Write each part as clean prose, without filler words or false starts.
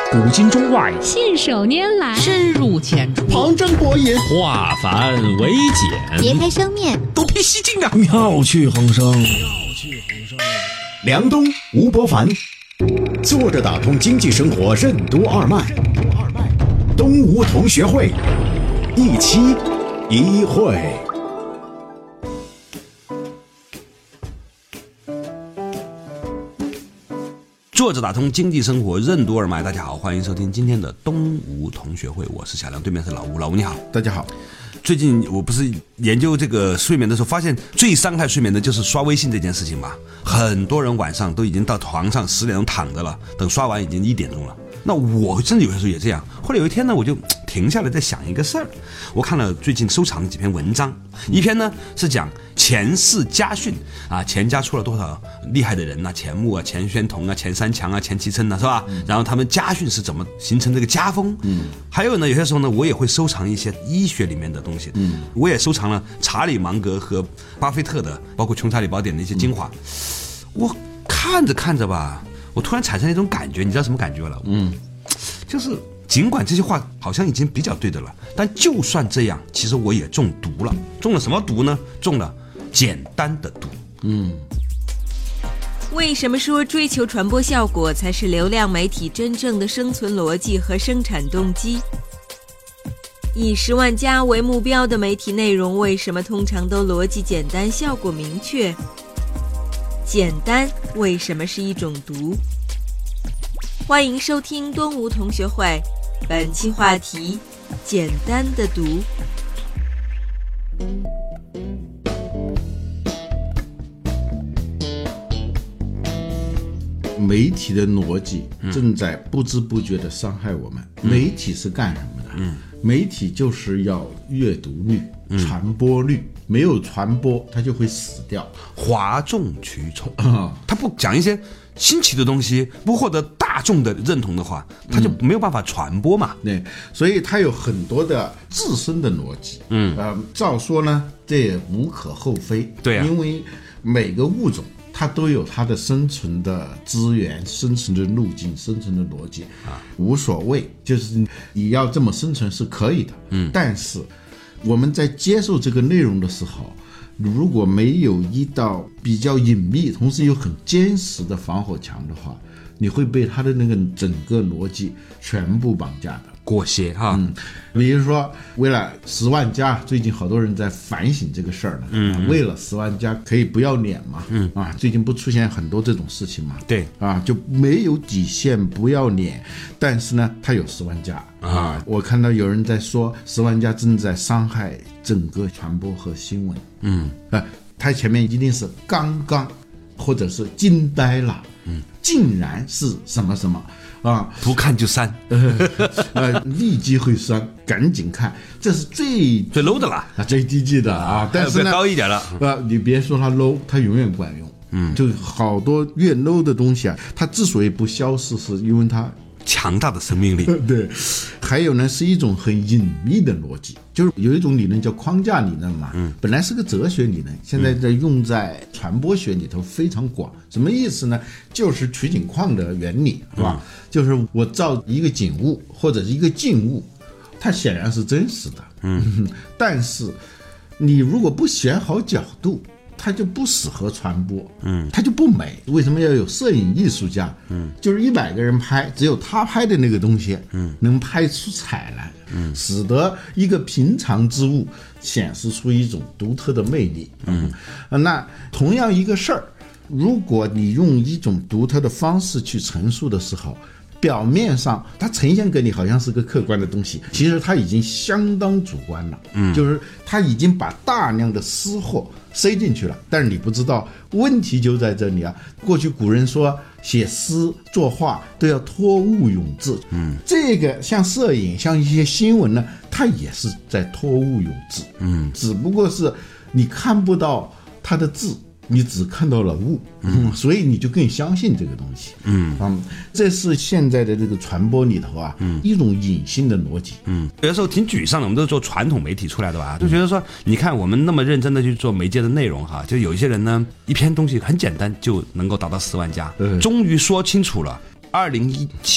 古今中外， 信手拈来， 深入浅出， 旁征博引， 化繁为简， 别开生面， 独辟蹊径啊！ 妙趣横生。 梁冬、吴伯凡，坐着打通经济生活任督二脉。东吴同学会，一期一会。 坐着打通经济生活任督二脉，大家好，欢迎收听今天的东吴同学会，我是小梁，对面是老吴，老吴你好。 大家好。 最近我不是研究这个睡眠的时候，发现最伤害睡眠的就是刷微信这件事情嘛。很多人晚上都已经到床上10点钟躺着了，等刷完已经1点钟了。那我甚至有些时候也这样。后来有一天呢，我就停下来在想一个事儿。我看了最近收藏的几篇文章，一篇呢是讲钱氏家训啊，钱家出了多少厉害的人啊，钱穆啊、钱玄同啊、钱三强啊、钱其琛啊，是吧？然后他们家训是怎么形成这个家风？还有呢，有些时候呢，我也会收藏一些医学里面的东西。我也收藏了查理芒格和巴菲特的，包括穷查理宝典的一些精华。我看着看着吧，我突然产生了一种感觉，你知道什么感觉了？就是尽管这些话好像已经比较对的了，但就算这样，其实我也中毒了。中了什么毒呢？中了简单的毒。 为什么说追求传播效果才是流量媒体真正的生存逻辑和生产动机？以10万加为目标的媒体内容为什么通常都逻辑简单、效果明确？简单为什么是一种毒？欢迎收听东吴同学会，本期话题：简单的毒。 媒体的逻辑正在不知不觉地伤害我们。媒体是干什么的？媒体就是要阅读率、传播率，没有传播它就会死掉， 哗众取宠。他不讲一些新奇的东西，不获得大众的认同的话，他就没有办法传播嘛。 对，所以它有很多的自身的逻辑。照说呢，这也无可厚非。 对啊， 因为每个物种它都有它的生存的资源、生存的路径、生存的逻辑无所谓，就是你要这么生存是可以的。但是我们在接受这个内容的时候，如果没有一道比较隐秘同时又很坚实的防火墙的话，你会被它的那个整个逻辑全部绑架的。 裹挟哈。 比如说为了10万加，最近好多人在反省这个事儿呢。为了10万加可以不要脸嘛。最近不出现很多这种事情嘛。 对就没有底线，不要脸，但是呢他有10万加我看到有人在说10万加正在伤害整个传播和新闻。他前面一定是刚刚或者是惊呆了，竟然是什么什么不看就删， 立即会删，赶紧看，这是最 low 的了， 最低级的但是呢， 高一点了， 你别说它 low， 它永远管用。就好多越 low 的东西它之所以不消失，是因为它强大的生命力。 对，还有呢是一种很隐秘的逻辑，就是有一种理论叫框架理论嘛。本来是个哲学理论，现在用在传播学里头非常广。什么意思呢？就是取景框的原理，是吧？就是我照一个景物或者是一个静物，它显然是真实的。但是你如果不选好角度，它就不适合传播，它就不美。为什么要有摄影艺术家？就是100个人拍，只有他拍的那个东西，能拍出彩来，使得一个平常之物显示出一种独特的魅力。那同样一个事儿，如果你用一种独特的方式去陈述的时候，表面上它呈现给你好像是个客观的东西，其实它已经相当主观了。就是它已经把大量的私货塞进去了，但是你不知道，问题就在这里过去古人说写诗作画都要托物咏志，这个像摄影像一些新闻呢，它也是在托物咏志，只不过是你看不到它的字，你只看到了物，所以你就更相信这个东西。这是现在的这个传播里头一种隐性的逻辑。 有的时候挺沮丧的，我们都是做传统媒体出来的吧，就觉得说，你看我们那么认真的去做媒介的内容就有一些人呢，一篇东西很简单就能够达到10万加，终于说清楚了。2017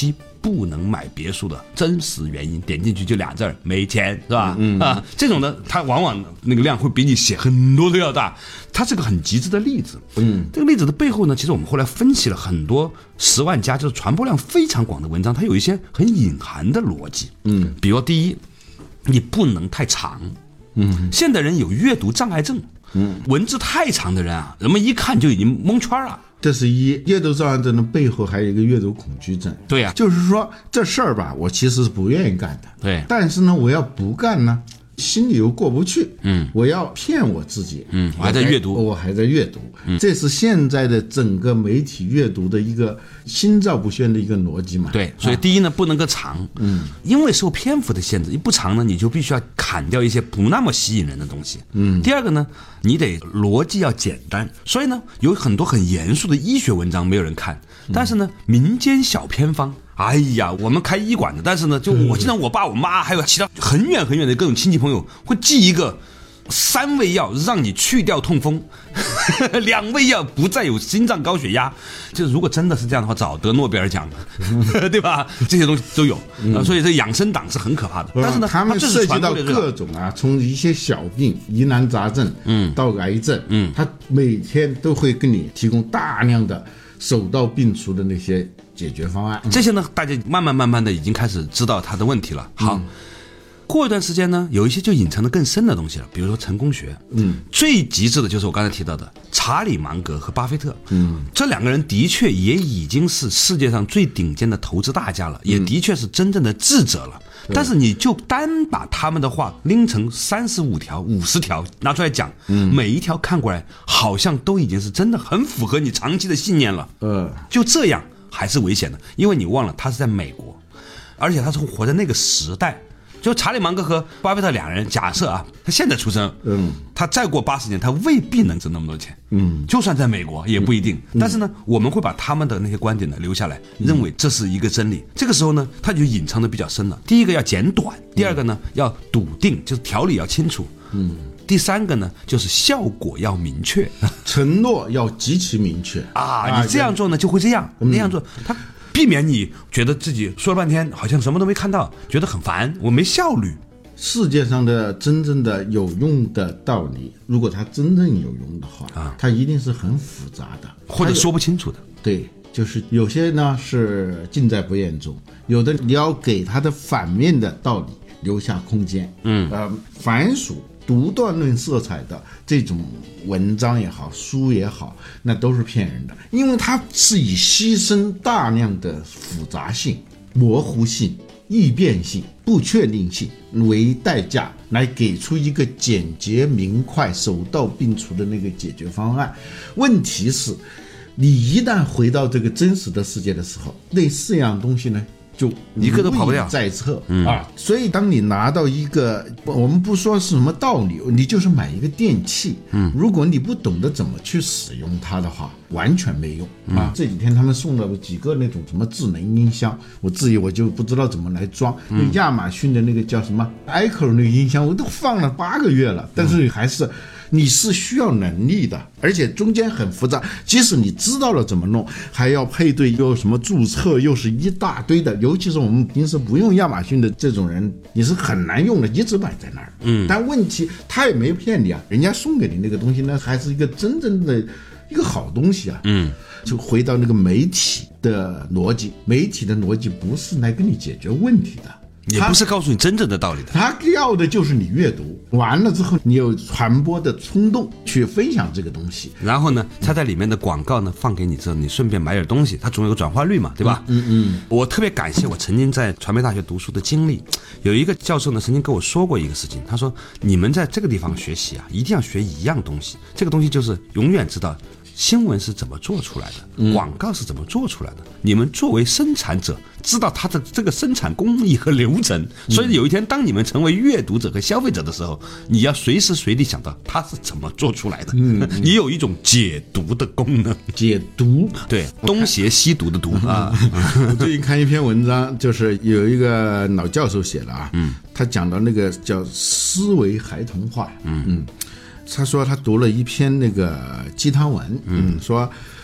不能买别墅的真实原因，点进去就2字儿，没钱，是吧？这种的它往往那个量会比你写很多都要大，它是个很极致的例子。这个例子的背后呢，其实我们后来分析了很多10万加就是传播量非常广的文章，它有一些很隐含的逻辑。比如第一，你不能太长。现代人有阅读障碍症。文字太长的人啊，人们一看就已经蒙圈了。 这是一，阅读障碍症的背后还有一个阅读恐惧症。 对呀， 就是说这事儿吧，我其实是不愿意干的。 对， 但是呢，我要不干呢，心里又过不去。我要骗我自己。 我还在阅读， 我还在阅读。这是现在的整个媒体阅读的一个心照不宣的一个逻辑嘛。 对，所以第一呢，不能够长。因为受篇幅的限制，一不长呢，你就必须要砍掉一些不那么吸引人的东西。第二个呢，你得逻辑要简单。所以呢，有很多很严肃的医学文章没有人看，但是呢，民间小偏方。哎呀，我们开医馆的，但是呢，就我经常我爸我妈还有其他很远很远的各种亲戚朋友会寄一个3味药让你去掉痛风，2味药不再有心脏高血压。就是如果真的是这样的话，早得诺贝尔奖了，对吧？这些东西都有。所以这养生党是很可怕的。但是呢， 他们涉及到各种啊，从一些小病、疑难杂症，到癌症，他每天都会给你提供大量的手到病除的那些解决方案。 这些呢，大家慢慢的已经开始知道他的问题了。好。过一段时间呢，有一些就隐藏的更深的东西了，比如说成功学。最极致的就是我刚才提到的查理芒格和巴菲特。这2个人的确也已经是世界上最顶尖的投资大家了，也的确是真正的智者了。但是你就单把他们的话拎成35条、50条拿出来讲，每一条看过来好像都已经是真的很符合你长期的信念了。就这样还是危险的，因为你忘了他是在美国，而且他是活在那个时代。就查理芒格和巴菲特2人，假设啊，他现在出生，他再过80年，他未必能挣那么多钱，就算在美国也不一定。但是呢，我们会把他们的那些观点呢留下来，认为这是一个真理。这个时候呢，他就隐藏的比较深了。第一个要简短，第二个呢要笃定，就是条理要清楚，第三个呢就是效果要明确， 承诺要极其明确啊！你这样做呢就会这样，那样做他。避免你觉得自己说了半天好像什么都没看到，觉得很烦，我没效率。 世界上的真正的有用的道理，如果它真正有用的话，它一定是很复杂的， 或者说不清楚的。 对，就是有些呢是尽在不言中，有的你要给它的反面的道理留下空间。凡属独断论色彩的这种文章也好，书也好，那都是骗人的，因为它是以牺牲大量的复杂性、模糊性、易变性、不确定性为代价，来给出一个简洁明快、手到病除的那个解决方案。问题是，你一旦回到这个真实的世界的时候，那4样东西呢就一个都跑不掉， 在册所以当你拿到一个，我们不说是什么道理，你就是买一个电器，如果你不懂得怎么去使用它的话，完全没用这几天他们送了几个那种什么智能音箱，我自己我就不知道怎么来装。那亚马逊的那个叫什么 Echo 那个音箱，我都放了8个月了，但是还是你是需要能力的，而且中间很复杂，即使你知道了怎么弄，还要配对，又什么注册，又是一大堆的，尤其是我们平时不用亚马逊的这种人，你是很难用的，一直摆在那儿。但问题他也没骗你啊，人家送给你那个东西呢，还是一个真正的一个好东西啊。就回到那个媒体的逻辑，媒体的逻辑不是来跟你解决问题的， 也不是告诉你真正的道理的， 他要的就是你阅读完了之后，你有传播的冲动去分享这个东西， 然后呢，他在里面的广告呢放给你之后，你顺便买点东西，它总有个转化率嘛，对吧？我特别感谢我曾经在传媒大学读书的经历，有一个教授呢曾经跟我说过一个事情，他说你们在这个地方学习啊，一定要学一样东西，这个东西就是永远知道新闻是怎么做出来的，广告是怎么做出来的，你们作为生产者知道它的这个生产工艺和流程，所以有一天当你们成为阅读者和消费者的时候，你要随时随地想到它是怎么做出来的，你有一种解读的功能。 解读， 对，东邪西毒的毒啊。 我最近看一篇文章，就是有一个老教授写的啊，他讲到那个叫思维孩童化，他说他读了一篇那个鸡汤文，说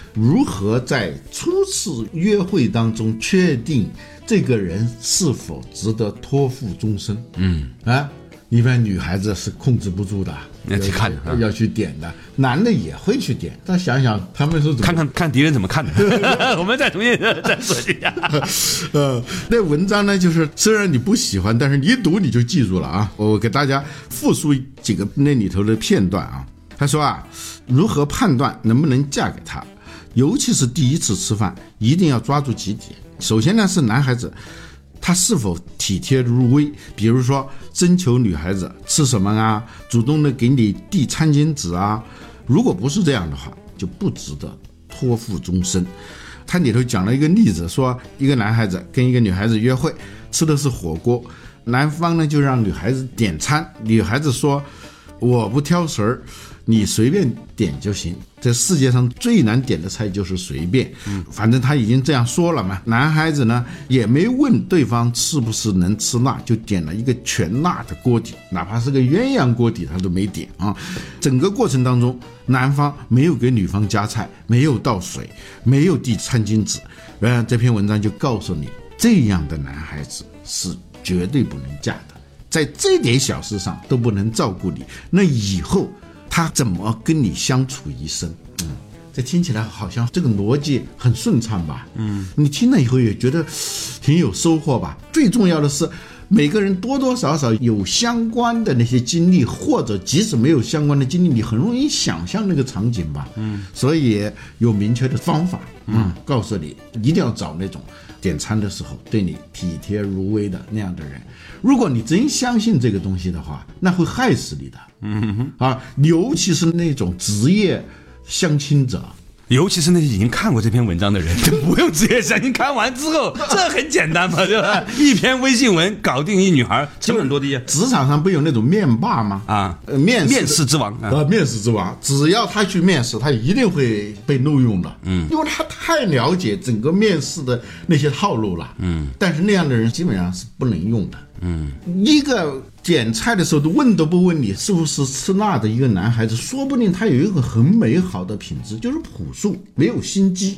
如何在初次约会当中确定这个人是否值得托付终身。一般女孩子是控制不住的，要去点的，男的也会去点。但想想他们是怎么看敌人怎么看的。我们再重新再说一下。 那文章呢，就是虽然你不喜欢，但是你一读你就记住了啊。我给大家复述几个那里头的片段啊。他说啊，如何判断能不能嫁给他，尤其是第一次吃饭，一定要抓住几点。首先呢，是男孩子他是否体贴入微，比如说征求女孩子吃什么啊，主动的给你递餐巾纸啊。如果不是这样的话，就不值得托付终身。他里头讲了一个例子，说一个男孩子跟一个女孩子约会，吃的是火锅，男方呢就让女孩子点餐，女孩子说我不挑食儿，你随便点就行。这世界上最难点的菜就是随便，反正他已经这样说了嘛。男孩子呢也没问对方是不是能吃辣，就点了一个全辣的锅底，哪怕是个鸳鸯锅底他都没点啊。整个过程当中，男方没有给女方夹菜，没有倒水，没有递餐巾纸。这篇文章就告诉你，这样的男孩子是绝对不能嫁的，在这点小事上都不能照顾你，那以后他怎么跟你相处一生？这听起来好像这个逻辑很顺畅吧？你听了以后也觉得挺有收获吧？最重要的是，每个人多多少少有相关的那些经历，或者即使没有相关的经历，你很容易想象那个场景吧？所以有明确的方法，告诉你一定要找那种点餐的时候对你体贴如微的那样的人。如果你真相信这个东西的话，那会害死你的。尤其是那种职业相亲者， 尤其是那些已经看过这篇文章的人，就不用职业相亲，看完之后这很简单嘛，对吧？一篇微信文搞定一女孩，成本多低啊！ 职场上不有那种面霸吗？面试之王面试之王，只要他去面试，他一定会被录用的。因为他太了解整个面试的那些套路了。但是那样的人基本上是不能用的。一个点菜的时候问都不问你是不是吃辣的一个男孩子，说不定他有一个很美好的品质，就是朴素，没有心机。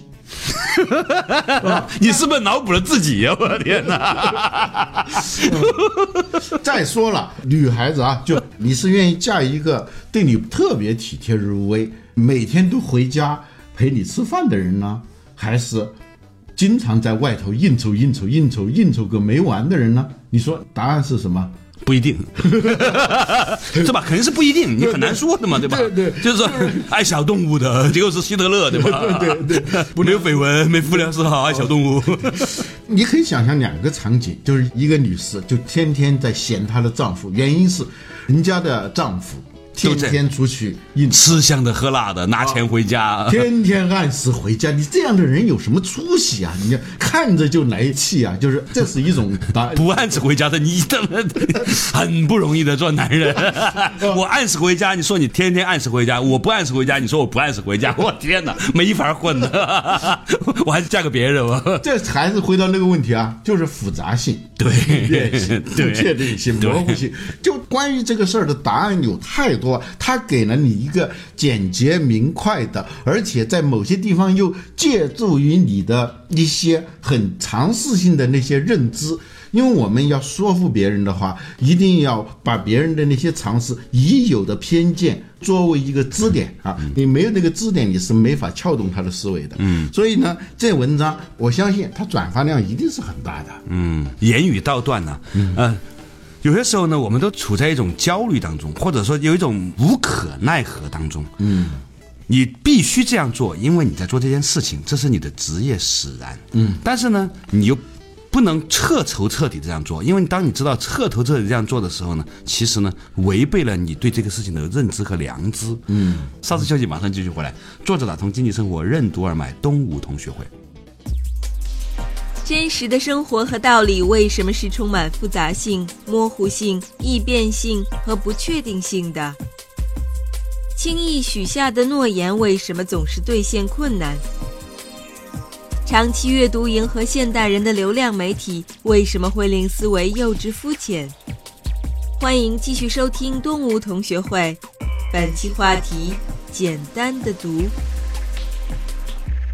你是不是脑补了自己呀？我的天哪！ 再说了，女孩子啊，就你是愿意嫁一个对你特别体贴入微，每天都回家陪你吃饭的人呢，还是经常在外头应酬个没完的人呢？你说答案是什么？ 不一定，是吧？肯定是不一定，你很难说的嘛，对吧？ 对， 就是说爱小动物的，结果是希特勒，对吧？ 对， 没有绯闻，没夫良嗜好，爱小动物。 你可以想象两个场景，就是一个女士就天天在嫌她的丈夫，原因是人家的丈夫天天出去吃香的喝辣的，拿钱回家， 天天按时回家。你这样的人有什么出息啊？你看着就来气啊！就是这是一种不按时回家的，你怎么很不容易的做男人？我按时回家，你说你天天按时回家；我不按时回家，你说我不按时回家。我天哪，没法混的，我还是嫁给别人吧。 这还是回到那个问题啊，就是复杂性、 对不确定性、模糊性。就关于这个事儿的答案有太多。他给了你一个简洁明快的，而且在某些地方又借助于你的一些很常识性的那些认知。因为我们要说服别人的话，一定要把别人的那些常识已有的偏见作为一个支点啊，你没有那个支点，你是没法撬动他的思维的。所以呢，这文章我相信它转发量一定是很大的。 言语道断呢，有些时候呢，我们都处在一种焦虑当中，或者说有一种无可奈何当中。你必须这样做，因为你在做这件事情，这是你的职业使然。但是呢，你又不能彻头彻底这样做，因为当你知道彻头彻底这样做的时候呢，其实呢，违背了你对这个事情的认知和良知。稍事休息，马上继续回来。作者打通经济生活任督二脉东吴同学会。 真实的生活和道理为什么是充满复杂性、模糊性、易变性和不确定性的？轻易许下的诺言为什么总是兑现困难？长期阅读迎合现代人的流量媒体为什么会令思维幼稚肤浅？欢迎继续收听东吴同学会，本期话题：简单的读。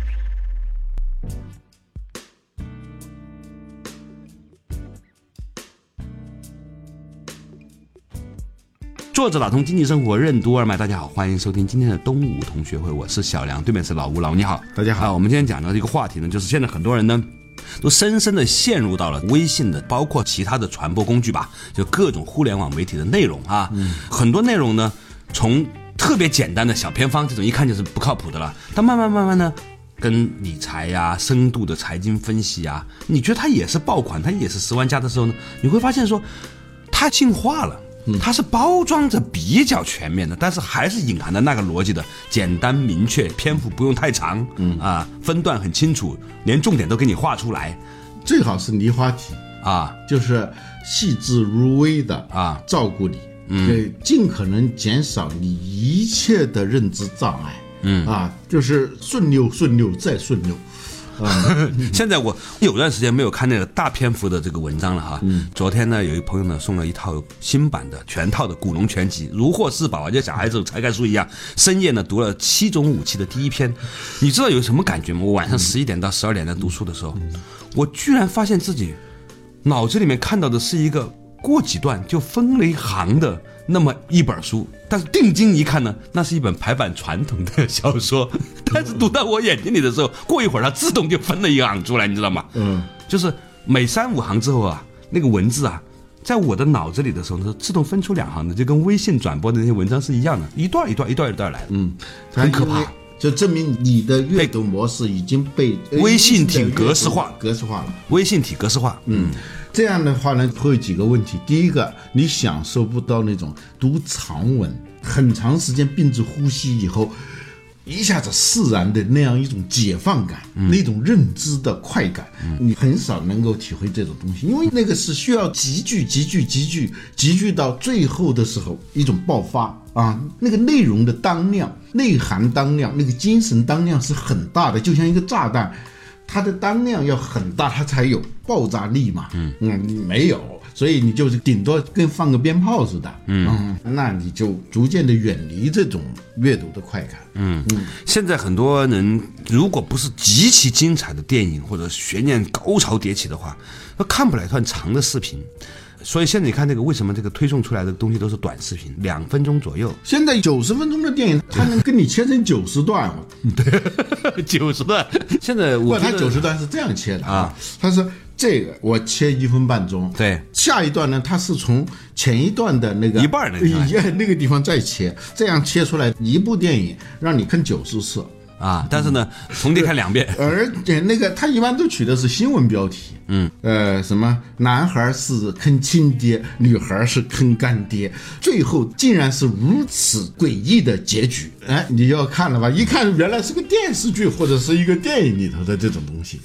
作者打通经济生活任督二脉，大家好，欢迎收听今天的东吴同学会，我是小梁，对面是老吴，老吴你好。 大家好。 我们今天讲的这个话题呢，就是现在很多人呢都深深的陷入到了微信的，包括其他的传播工具吧，就各种互联网媒体的内容啊，很多内容呢，从特别简单的小偏方这种一看就是不靠谱的了，但慢慢呢，跟理财呀、深度的财经分析啊，你觉得它也是爆款，它也是10万加的时候呢，你会发现说它进化了。它是包装着比较全面的，但是还是隐含的那个逻辑的，简单明确，篇幅不用太长，分段很清楚，连重点都给你画出来， 最好是泥滑体啊，就是细致入微的啊，照顾你，尽可能减少你一切的认知障碍，就是顺溜再顺溜。 现在我有段时间没有看那个大篇幅的这个文章了哈。昨天呢，有一朋友呢送了一套新版的全套的古龙全集，如获至宝啊，就小孩子拆开书一样。深夜呢读了7种武器的第一篇，你知道有什么感觉吗？我晚上11点到12点在读书的时候，我居然发现自己脑子里面看到的是一个过几段就分了一行的那么一本书，但是定睛一看呢，那是一本排版传统的小说，但是读到我眼睛里的时候，过一会儿它自动就分了一行出来，你知道吗？就是每3-5行之后啊，那个文字啊，在我的脑子里的时候呢，自动分出2行的，就跟微信转播的那些文章是一样的，一段来的，很可怕。 就证明你的阅读模式已经被微信体格式化了。 微信体格式化， 这样的话呢，会有几个问题。第一个，你享受不到那种读长文很长时间并着呼吸以后，一下子释然的那样一种解放感，那种认知的快感，你很少能够体会这种东西，因为那个是需要集聚到最后的时候一种爆发。那个内容的当量、内涵当量、那个精神当量是很大的，就像一个炸弹，它的当量要很大，它才有爆炸力嘛。没有，所以你就是顶多跟放个鞭炮似的。那你就逐渐的远离这种阅读的快感。 现在很多人如果不是极其精彩的电影或者悬念高潮迭起的话，他看不来一段长的视频。所以现在你看这个为什么这个推送出来的东西都是短视频，2分钟左右。 现在90分钟的电影，它能跟你切成90段。 对，90段。现在它90段是这样切的啊，它是这个我切1分半钟， 对， 下一段呢，它是从前一段的那个一半那个地方再切，这样切出来一部电影让你看90次。 但是呢，重叠看2遍， 而且那个他一般都取的是新闻标题，什么男孩是坑亲爹，女孩是坑干爹，最后竟然是如此诡异的结局，你要看了吧？一看原来是个电视剧或者是一个电影里头的这种东西。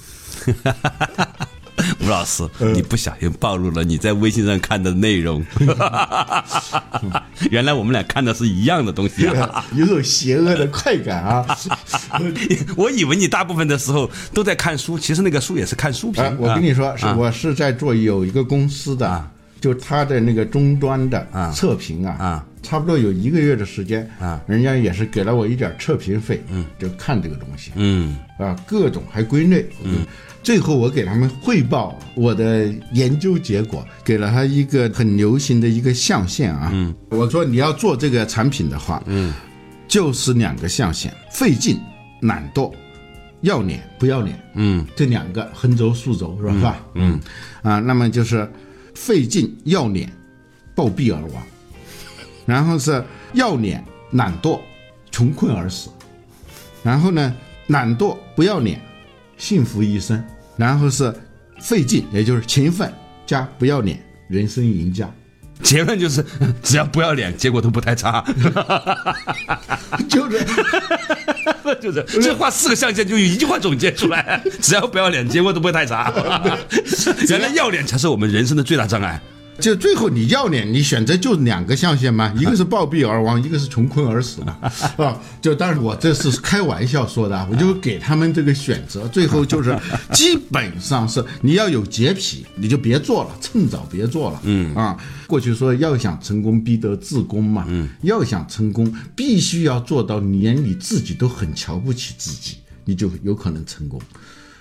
吴老师，你不小心暴露了你在微信上看的内容。原来我们俩看的是一样的东西啊， 有种邪恶的快感啊！ 我以为你大部分的时候都在看书，其实那个书也是看书评。 我跟你说，我是在做有一个公司的，就他的那个终端的测评差不多有1个月的时间人家也是给了我一点测评费，就看这个东西，各种还归类，最后我给他们汇报我的研究结果，给了他一个很流行的一个象限我说你要做这个产品的话，就是2个象限：费劲、懒惰、要脸不要脸。这2个横轴竖轴是吧？那么就是费劲要脸，暴毙而亡；然后是要脸懒惰，穷困而死；然后呢，懒惰不要脸，幸福一生；然后是费劲，也就是勤奋加不要脸，人生赢家。 结论就是只要不要脸，结果都不太差。 就是这话4个象限就一句话总结出来，只要不要脸，结果都不会太差。原来要脸才是我们人生的最大障碍。 就最后你要脸，你选择就2个象限嘛，一个是暴毙而亡，一个是穷困而死嘛。就当然我这是开玩笑说的，我就给他们这个选择，最后就是基本上是你要有洁癖，你就别做了，趁早别做了。过去说要想成功必得自宫嘛，要想成功必须要做到连你自己都很瞧不起自己，你就有可能成功。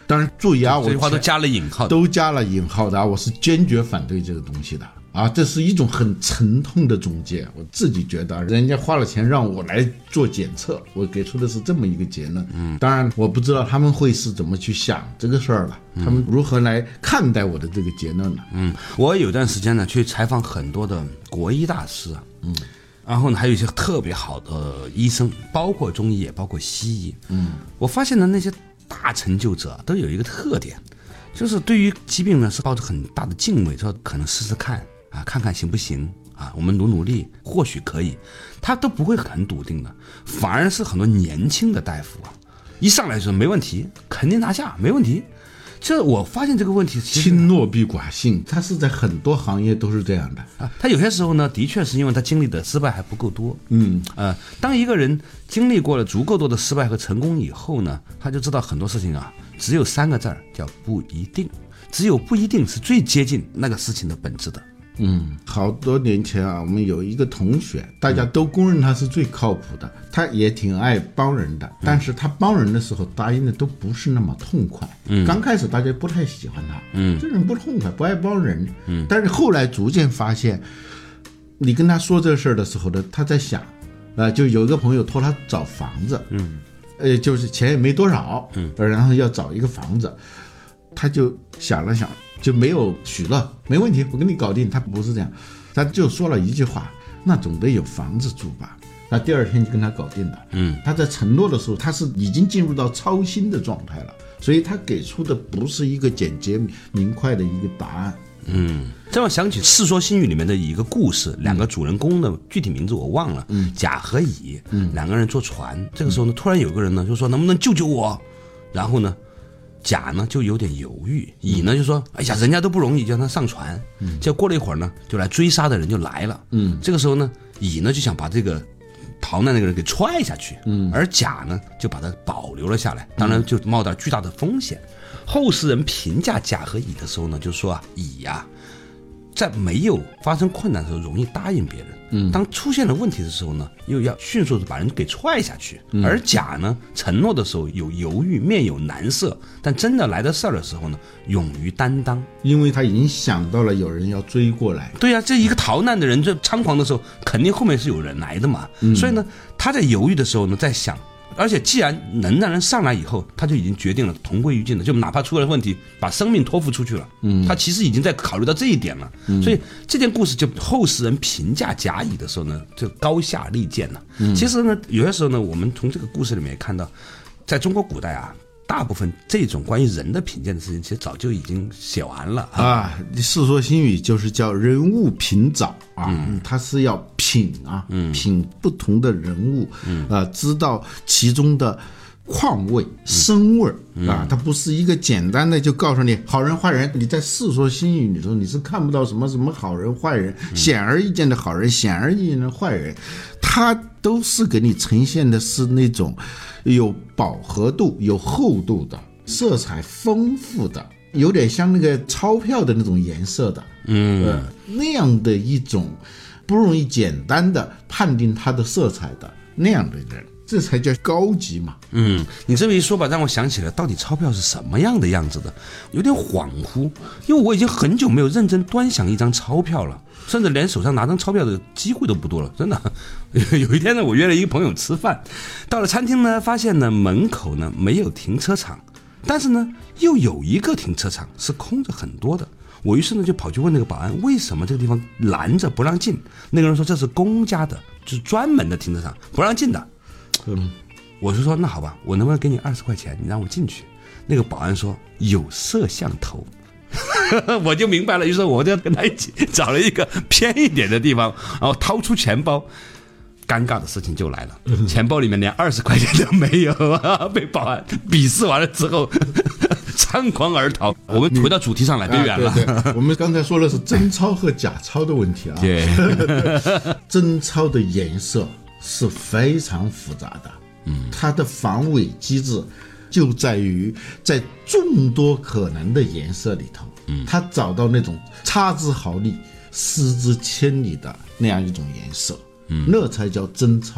当然注意啊， 这句话都加了引号的， 都加了引号的啊，我是坚决反对这个东西的啊，这是一种很沉痛的总结。我自己觉得，人家花了钱让我来做检测，我给出的是这么一个结论。当然我不知道他们会是怎么去想这个事儿了，他们如何来看待我的这个结论呢？ 我有段时间呢去采访很多的国医大师啊，然后呢还有一些特别好的医生，包括中医也包括西医。我发现呢那些大成就者都有一个特点，就是对于疾病呢是抱着很大的敬畏，说可能试试看啊，看看行不行啊，我们努力或许可以，他都不会很笃定的。反而是很多年轻的大夫啊，一上来说没问题，肯定拿下，没问题。这我发现这个问题其实轻诺必寡信，他是在很多行业都是这样的啊。他有些时候呢，的确是因为他经历的失败还不够多。当一个人经历过了足够多的失败和成功以后呢，他就知道很多事情啊，只有3个字叫不一定。只有不一定是最接近那个事情的本质的。 好多年前啊，我们有一个同学，大家都公认他是最靠谱的，他也挺爱帮人的，但是他帮人的时候答应的都不是那么痛快。刚开始大家不太喜欢他，这人不痛快，不爱帮人。但是后来逐渐发现，你跟他说这事儿的时候呢，他在想，就有一个朋友托他找房子，就是钱也没多少，然后要找一个房子，他就想了想，就没有许了，没问题，我给你搞定。他不是这样，他就说了一句话，那总得有房子住吧。那第二天就跟他搞定了。他在承诺的时候，他是已经进入到操心的状态了，所以他给出的不是一个简洁明快的一个答案。 这让我想起《世说新语》里面的一个故事，2个主人公的具体名字我忘了，甲和乙，2个人坐船。这个时候呢，突然有个人呢就说能不能救救我，然后呢甲呢就有点犹豫，乙呢就说哎呀人家都不容易，就让他上船。结果过了一会儿呢，就来追杀的人就来了。这个时候呢，乙呢就想把这个逃难那个人给踹下去，而甲呢就把他保留了下来，当然就冒着巨大的风险。后世人评价甲和乙的时候呢，就说乙啊，在没有发生困难的时候容易答应别人，当出现了问题的时候呢，又要迅速的把人给踹下去。而甲呢，承诺的时候有犹豫，面有难色，但真的来的事儿的时候呢，勇于担当， 因为他已经想到了有人要追过来。 对啊，这一个逃难的人这猖狂的时候，肯定后面是有人来的嘛。所以呢，他在犹豫的时候呢，在想。而且既然能让人上来以后，他就已经决定了同归于尽了，就哪怕出了问题把生命托付出去了，他其实已经在考虑到这一点了。所以这件故事就后世人评价甲乙的时候呢，就高下立见了。其实呢，有些时候呢，我们从这个故事里面也看到，在中国古代啊，大部分这种关于人的品鉴的事情，其实早就已经写完了啊。 世说新语就是叫人物品藻啊，它是要品啊，品不同的人物，知道其中的况味、生味啊，它不是一个简单的就告诉你好人坏人。你在世说新语里头，你是看不到什么什么好人坏人，显而易见的好人，显而易见的坏人，它都是给你呈现的是那种有饱和度、有厚度的，色彩丰富的，有点像那个钞票的那种颜色的，那样的一种不容易简单的判定它的色彩的那样的人，这才叫高级嘛。 你这么一说吧，让我想起了到底钞票是什么样的样子的，有点恍惚，因为我已经很久没有认真端详一张钞票了，甚至连手上拿张钞票的机会都不多了，真的。有一天呢，我约了一个朋友吃饭，到了餐厅呢，发现呢门口呢没有停车场，但是呢又有一个停车场是空着很多的。我于是呢就跑去问那个保安，为什么这个地方拦着不让进？那个人说这是公家的，就是专门的停车场，不让进的。我就说那好吧，我能不能给你20块钱，你让我进去？那个保安说有摄像头。我就明白了，于是我就跟他一起找了一个偏一点的地方，然后掏出钱包。尴尬的事情就来了，钱包里面连20块钱都没有啊！被保安鄙视完了之后，仓皇而逃。我们回到主题上来，对远了。 对，我们刚才说的是真钞和假钞的问题啊。 对， 真钞的颜色是非常复杂的，它的防伪机制就在于在众多可能的颜色里头，它找到那种差之毫厘、失之千里的那样一种颜色。那才叫真钞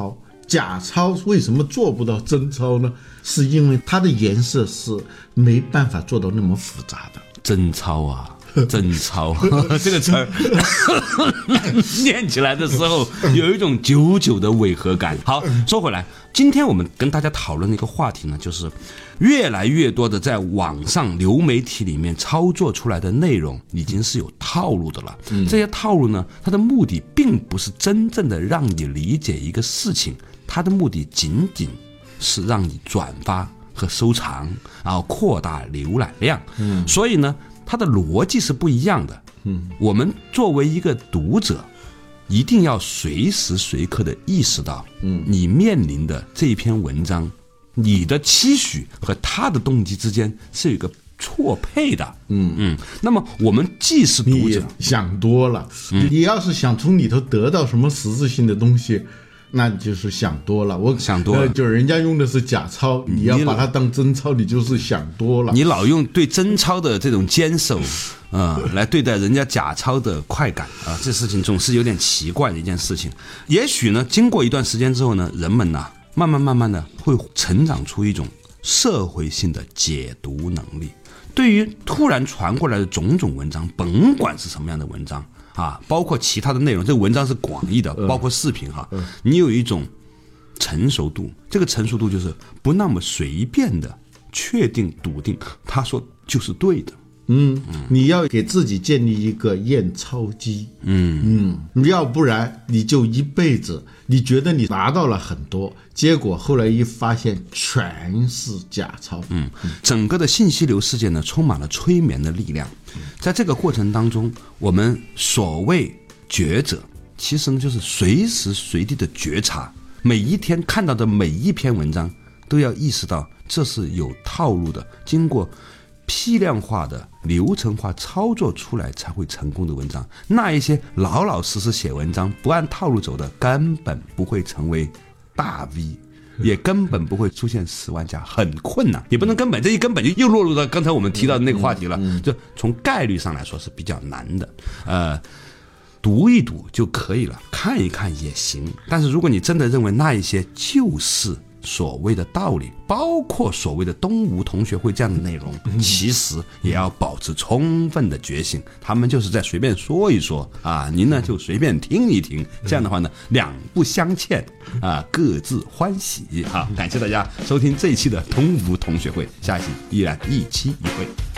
假钞为什么做不到真钞呢？是因为它的颜色是没办法做到那么复杂的。 真钞啊，真钞这个词儿念起来的时候有一种久久的违和感。好，说回来，今天我们跟大家讨论的一个话题呢，就是越来越多的在网上流媒体里面操作出来的内容已经是有套路的了。这些套路呢，它的目的并不是真正的让你理解一个事情，它的目的仅仅是让你转发和收藏，然后扩大浏览量。所以呢，它的逻辑是不一样的。我们作为一个读者，一定要随时随刻的意识到，你面临的这一篇文章，你的期许和他的动机之间是有一个错配的。那么我们既是读者， 你想多了。你要是想从里头得到什么实质性的东西，那就是想多了。我想多了， 就是人家用的是假钞，你要把它当真钞，你就是想多了。 你老用对真钞的这种坚守来对待人家假钞的快感啊，这事情总是有点奇怪的一件事情。也许呢，经过一段时间之后呢，人们呢，慢慢的会成长出一种社会性的解读能力。对于突然传过来的种种文章，甭管是什么样的文章啊，包括其他的内容，这个文章是广义的，包括视频哈，你有一种成熟度，这个成熟度就是不那么随便的确定笃定他说就是对的。 你要给自己建立一个验钞机。要不然你就一辈子，你觉得你拿到了很多，结果后来一发现全是假钞。 整个的信息流世界呢，充满了催眠的力量。在这个过程当中，我们所谓觉者，其实呢就是随时随地的觉察，每一天看到的每一篇文章，都要意识到这是有套路的，经过批量化的流程化操作出来才会成功的文章。那一些老老实实写文章不按套路走的，根本不会成为大 V， 也根本不会出现10万加，很困难。也不能根本，这一根本就又落入到刚才我们提到的那个话题了。就从概率上来说是比较难的。读一读就可以了，看一看也行。但是如果你真的认为那一些就是所谓的道理，包括所谓的东吴同学会这样的内容，其实也要保持充分的觉醒。他们就是在随便说一说啊，您呢就随便听一听，这样的话呢，两不相欠啊，各自欢喜。好，感谢大家收听这一期的东吴同学会，下一期依然一期一会。